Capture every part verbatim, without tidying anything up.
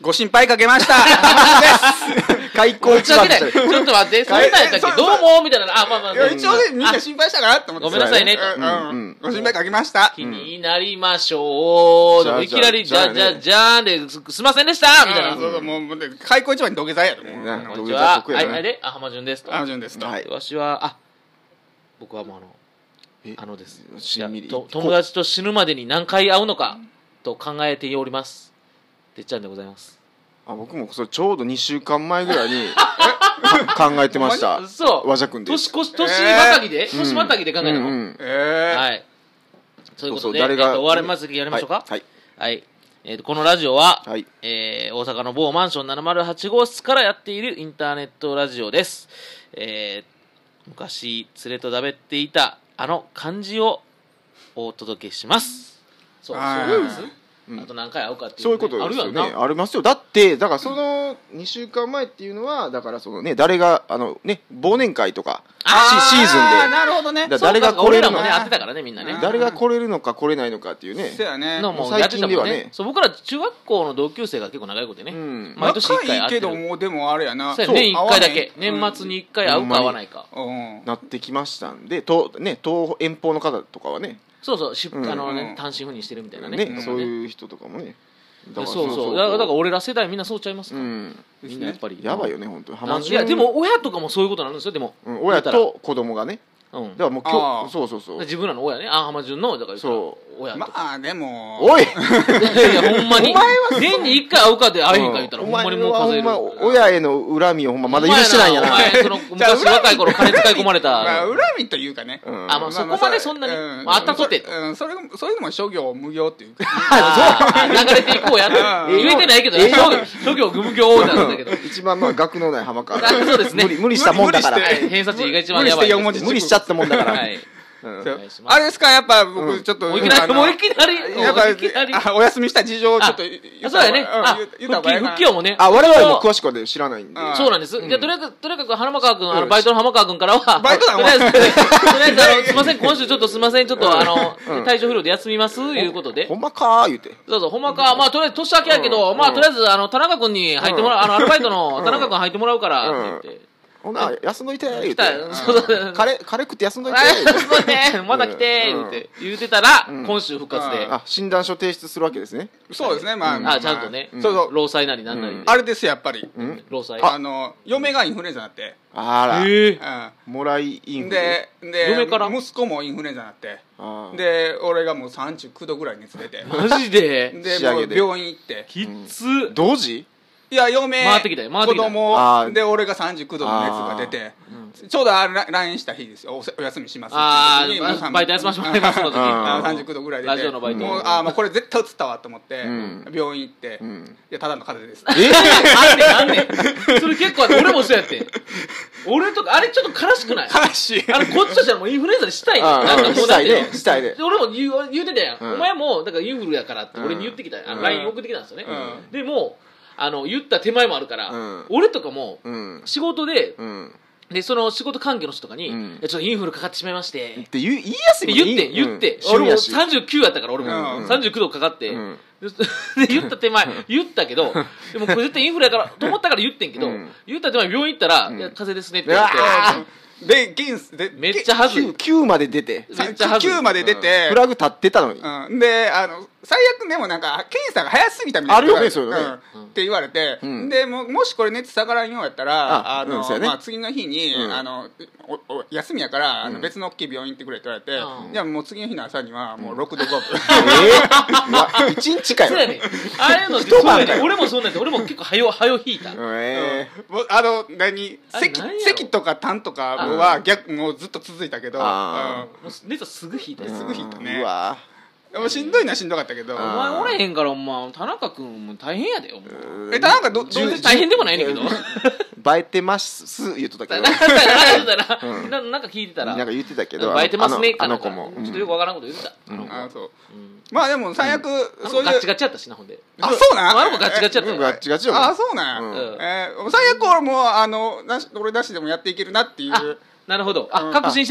ご心配かけました浜中です開口一番でした。 ちょっと待って、そんなんやったっけ、どうもみたいな、あ、まあまあ、 いや一応ねみんな心配したかなって思ってごめんなさいねとうんうんご心配かけました気になりましょう。でもいきなり、じゃじゃじゃーんで、すすいませんでしたみたいな。 そうそうもう開口一番に土下座やと思うこんにちは。はい、はいで、あ、浜潤ですと。 浜潤ですとわしは、あ、僕はもうあの、 えあのです。 しんみりと友達と死ぬまでに何回会うのかと考えております。てっちゃんでございます。 あ、僕もそれちょうどにしゅうかんまえぐらいに考えてました。 そう。 和くんで。 年越し、年またぎで、年またぎで考えるの。 えはい。そういうことで、 誰が終わりますやりましょうか。 はい。 はい。えとこのラジオは、 はいえー大阪の某マンションななまるはち号室からやっているインターネットラジオです。えー昔連れとだべっていたあの漢字をお届けします。そう、そうです。あと何回会うかっていう、 そういうことですよね。ありますよ。だってだからそのにしゅうかんまえっていうのはだからそのね誰があのね忘年会とかシーズンでなるほどね誰が来れるの俺らもね会ってたからねみんなね。 誰が来れるのか来れないのかっていうね。 そうやね。 のもやってたもんね。そう僕ら中学校の同級生が結構長いことでね。毎年いっかい会ってる。 仲いいけどもでもあれやな。 そう年いっかいだけ年末にいっかい会うか会わないかなってきましたんで、とね東遠方の方とかはね。 そうそうしあのね単身赴任してるみたいなね。 そういう人とかもね。 そうそうだから俺ら世代みんなそうちゃいますか、うん、みんなやっぱりやばいよね本当に。 いやでも親とかもそういうことなんですよ。でも、 うん、親と子供がね、うん、だからもう今日そうそうそう自分らの親ねあ浜潤のだからそう親とかまあでもおいいやほんまに年にいっかい会うかで会えへんか言ったら、うん、ほんまにもう数える親への恨みをほんままだ許してないんやな。 お前その昔若い頃金使い込まれたまあ恨みというかね、 うん、あまあそこまでそんなに、うんまあ、あったとてそ,、うん、それそういうのも諸行無行っていうか流れていこうやって言えてないけどね諸行無行なんだけど一番まあ学のない浜川そうですね無理したもんだから偏差値が一番やばい無理しちゃったもんだからはいあれですかやっぱ僕ちょっともういきなりもういきなりやっぱお休みした事情をちょっとそうやね復帰をもねあ我々も詳しくは知らないんでそうなんですじゃあとりあえずとにかく浜川君バイトの浜川君からはバイトだとりあえずとりあえずあのすいません今週ちょっとすいませんちょっとあの体調不良で休みますいうことでほんまかー言うてそうそうほんまかまあとりあえず年明けやけどまあとりあえずあの田中君に入ってもらうあのアルバイトの田中君入ってもらうからって言ってほな休んどいて言うてカレー食って休んどいてまた来て言うて言うてたら今週復活であ診断書提出するわけですね。 そうですねまああちゃんとねそうそう労災なりなんなりあれですやっぱり労災あの嫁がインフルエンザになってあらもらいインフルでで嫁から息子もインフルエンザになってで俺がもうさんじゅうきゅうどぐらい熱出てマジででもう病院行ってきつ同時いや嫁回ってきたよ回ってきた子供で俺がさんじゅうきゅうどの熱が出てちょうど ライン した日ですよお休みしますああバイト休ませてもらいますの時さんじゅうきゅうどぐらいでラジオのバイトもうああこれ絶対移ったわと思って病院行っていやただの風邪ですえなんでなんでそれ結構俺もそうやって俺とかあれちょっと悲しくない悲しいあれこっちとしてはもうインフルエンザでしたいなんかもうしたいねしたいね俺も言うてたやんお前もだからインフルやからって俺に言ってきた ライン 送ってきたんですよねでもあの言った手前もあるから、うん、俺とかも仕事で、うん、でその仕事関係の人とかに、うん、ちょっとインフルかかってしまいましてって言いやすい言って言って、うん、俺もさんじゅうきゅうやったから俺も、うん、さんじゅうきゅうどかかって、うん、で言った手前言ったけどでもこれ絶対インフルやからと思ったから言ってんけど、うん、言った手前病院行ったら、うん、いや風邪ですねって言ってでゲンスでめっちゃはずいきゅうまで出てめっちゃはずいきゅうまで出てフラグ立ってたのにうんであの最悪でもなんか検査が早すぎたみたいなあるよねそういうのねって言われてでももしこれ熱下がらんようやったらあのまあ次の日にあの休みやから別の大きい病院行ってくれって言われてじゃあもう次の日の朝にはもうろくどごぶえいちにちかよそうやねああいうのってそうやね俺もそうなんで俺も結構はよはよ引いたあの何咳とか痰とかは逆もうずっと続いたけど熱はすぐ引いたすぐ引いたねうわでもしんどいのはしんどかったけどお前おれへんからお前田中君も大変やでえ田中ど全然大変でもないねんけど映えてます言っとったけどなんか聞いてたらなんか言ってたけど映えてますねあの子もちょっとよくわからんこと言ってたあそうまあでも最悪そういうガチガチやったしなほんであそうなんあの子ガチガチやったガチガチよあそうなんえ最悪俺もあの俺なしでもやっていけるなっていうなるほどあ確信してた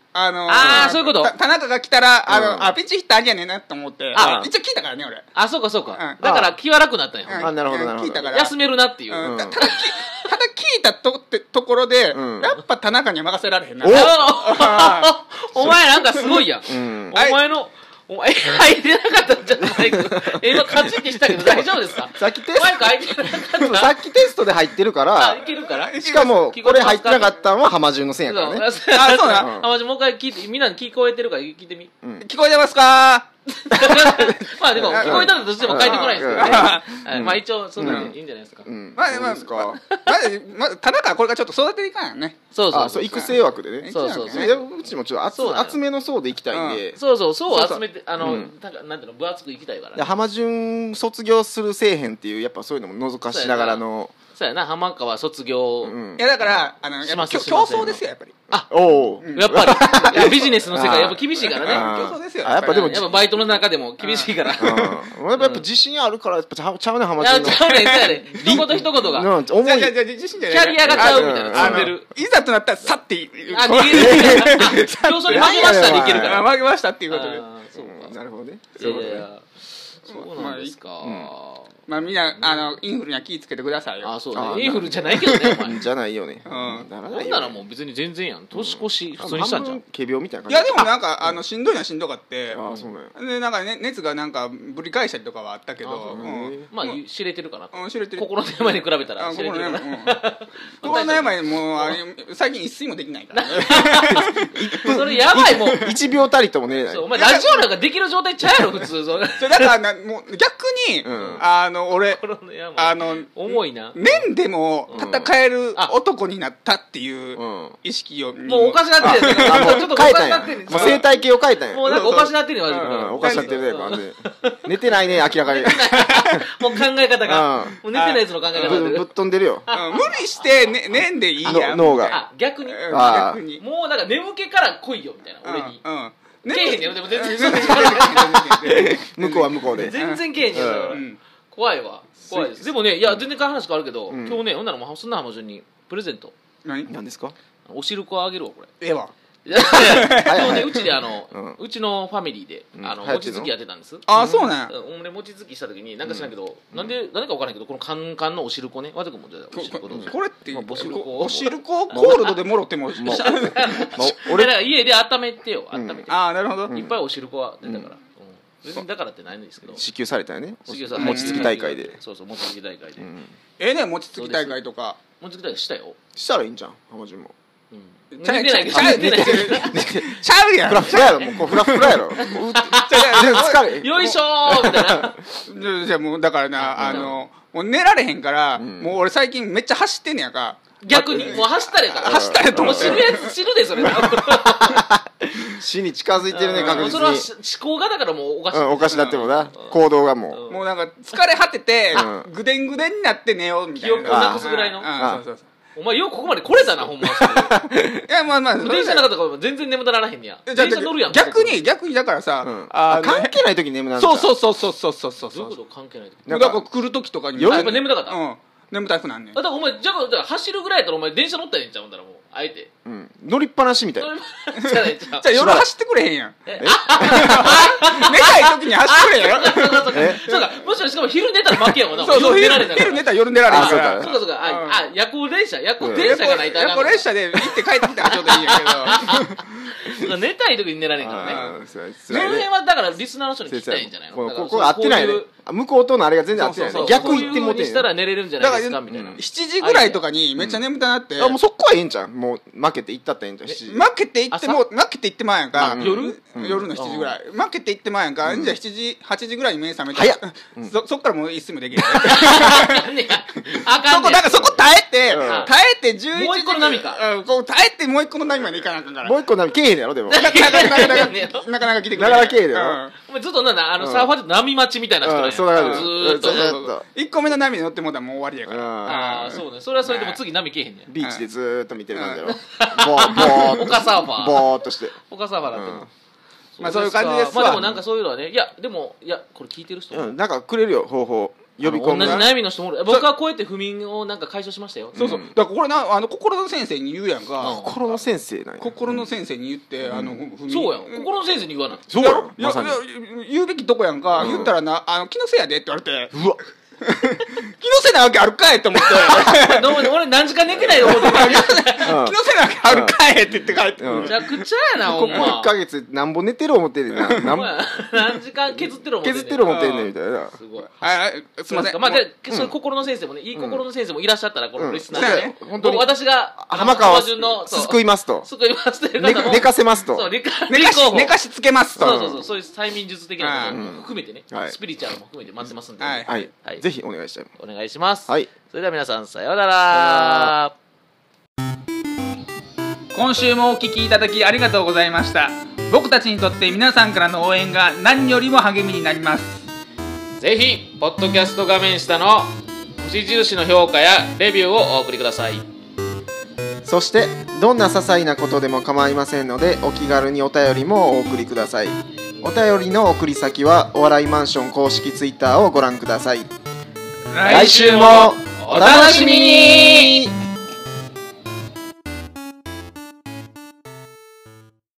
あのー、 あーそういうこと田中が来たらあの、 うん、 あピンチヒッターありやねんなと思ってあ一応聞いたからね俺あそうかそうか、 うん、 だから気は楽になったんや、 うん、 あなるほどなるほど聞いたから休めるなっていう、 うん、たただただ聞いたとってところで、うん、やっぱ田中には任せられへんなお, お前なんかすごいやん、うん、お前のお前入ってなかったんじゃないか今カチッてしたけど大丈夫ですかさっきテストマイク入ってなかったさっきテストで入ってるからあいけるからしかもこれ入ってなかったのは浜中のせいやからねあそうな浜中もう一回聞いてみんなに聞こえてるから聞いてみ、 うん、聞こえてますかまあでも聞こえたらどうしても書いてこないですけどね、はい、まあ一応そんなにいいんじゃないですか、うん、 まあまあまあ田中はこれからちょっと育てていかんよねそうそうそう育成枠でねそうそうそううちもちょっと厚めの層でいきたいんでそうそう層を集めてあのなんていうの分厚くいきたいから浜順卒業するせえへんっていうやっぱそういうのも覗かしながらのそうやな浜川卒業いやだからあの競争ですよやっぱりあおやっぱりビジネスの世界やっぱ厳しいからね競争ですよやっぱでもやっぱバイトの中でも厳しいからやっぱ自信あるからやっぱちゃうちゃうね浜順のちゃうねちゃうね一言一言が重いキャリアがちゃうみたいな積んでるいざとなったらさってあ逃げる競争に負けましたでいけるから負けましたっていうことでそうなるほどねいやいやそうなんですかまあみんなあのインフルには気ぃつけてくださいよあそうねインフルじゃないけどねお前じゃないよねなんならもう別に全然やん年越し普通にしたんじゃん仮病みたいな感じいやでもなんかあのしんどいのはしんどかってあそうなんやでなんか熱がなんかぶり返したりとかはあったけどまあ知れてるかな知れてる心の病に比べたら知れてるから心の病もう最近一睡もできないからそれやばいもういちびょうたりとも寝れないお前ラジオなんかできる状態ちゃうやろ普通それだからもう逆にあの俺あの重いな年でも戦える男になったっていう意識をもうおかしなってるちょっとおかしなってるもう生態系を変えたんやもうなんかおかしなってるよおかしなってるね寝てないね明らかにもう考え方がもう寝てないやつの考え方ぶっ飛んでるよ無理して寝んでいいやん脳が逆にもうなんか眠気から来いよみたいな俺にけえへんやろでも全然向こうは向こうで全然けえへんやろ怖いわ怖いですでもねいや全然話変わるけど今日ねほんならもうそんな浜順にプレゼント何ですかおしるこあげるわこれええわ今日ねうちであのうちのファミリーであの餅つきやってたんですああそうなん俺餅つきした時になんか知らんけどなんで何か分からんけどこのカンカンのおしるこね和田君もおしるこどうぞこれっておしるこおしるこコールドでもろっても俺ら家で温めてよ温めてああなるほどいっぱいおしるこは出たから別にだからってないんですけど支給されたよね餅つき大会でそうそう餅つき大会でええね餅つき大会とか餅つき大会したよしたらいいんじゃん浜順も寝てないけどちゃうちゃうやんフラフラやろもうこうフラフラやろ疲れよいしょーみたいなじゃあもうだからなあのもう寝られへんからもう俺最近めっちゃ走ってんねやんか逆にもう走ったれから走ったれと思ってもう死ぬやつ死ぬでそれ死に近づいてるね確実にそれは思考がだからもうおかしいおかしなってもな行動がもうもうなんか疲れ果ててぐでんぐでんになって寝ようみたいな記憶をなくすぐらいのそうそうそうお前よくここまで来れたなほんまいやまあまあ電車の中とか全然眠たららへんねや電車乗るやん逆に逆にだからさ関係ない時に眠たそうそうそうそうそうそうそうどういうこと関係ない時だから来る時とかにやっぱ眠たかったうん眠たくなんねんだからお前じゃあ走るぐらいやったらお前電車乗ったらええんちゃうんだらもうあえて乗りっぱなしみたいなじゃあ夜走ってくれへんやん寝たい時に走ってくれへんやんそうかもしろしかも昼寝たら負けやもんなそうそう昼寝たら夜寝られへんからそうかそうかあ夜行電車夜行電車がないと夜行電車で行って帰ってきたらちょうどいいんやけど寝たい時に寝られへんからねその辺はだからリスナーの人に聞きたいんじゃないのここ合ってないね向こうとのあれが全然合ってない逆言ってもてにしたら寝れるんじゃないですかみたいなしちじぐらいとかにめっちゃ眠たなってもうそこはええんちゃんもう負けて行ったったらええんちゃん負けて行っても負けて行ってまうやんか夜夜のしちじぐらい負けて行ってまうやんかじゃあしちじはちじぐらいに目覚めてそっからもう一睡もできるそこだからそこ耐えて耐えてじゅういちじもう一個の波か耐えてもう一個の波までいかなあかんからもう一個の波けえへんやろでもなかなかなかなかなか来てくれなかなかけえへんやろお前ずっとなんだあのサーファーで波待ちみたいな人なんやずーっといっこめの波に乗ってもうたらもう終わりやからああそうねそれはそれでも次波けえへんねビーチでずーっと見てる感じやろボーボー丘サーファーボーっとして丘サーファーだってまあそういう感じですまあでもなんかそういうのはねいやでもいやこれ聞いてる人なんかくれるよ方法呼び込む同じ悩みの人もおる。僕はこうやって不眠をなんか解消しましたよ。 そうそう、だからこれなあの心の先生に言うやんか、 心の先生なんや。 心の先生に言って、あの不眠そうやん、心の先生に言わない。 そうやろ、まさに言うべきとこやんか、言ったらな、あの気のせいやでって言われて、 うわ気のせいなわけあるかいって思って俺何時間寝てないよ思って気のせいなわけあるかいって言って帰ってめちゃくちゃやな、ほここんまいっかげつなんぼ寝てる思ってんねんな。 何時間削ってる思ってんねん。 削ってる思ってんねんみたいな。 すごい。 はい、すいません。 まあで、そういう心の先生もね、いい心の先生もいらっしゃったら、このリスナーでね、 本当に私が浜川を順の救いますと、 救いますという方も寝かせますと、 そう寝か寝かし寝かしつけますと、 そうそうそう、そういう催眠術的なことも含めてね、 はいスピリチュアルも含めて待ってますんで、 はいはい、ぜひお願いしたい。 お願いします。 はい。 それでは皆さんさようなら。 今週もお聞きいただきありがとうございました。僕たちにとって皆さんからの応援が何よりも励みになります。 ぜひポッドキャスト画面下の星印の評価やレビューをお送りください。 そしてどんな些細なことでも構いませんので、お気軽にお便りもお送りください。お便りの送り先はお笑いマンション公式ツイッターをご覧ください。 来週もお楽しみに。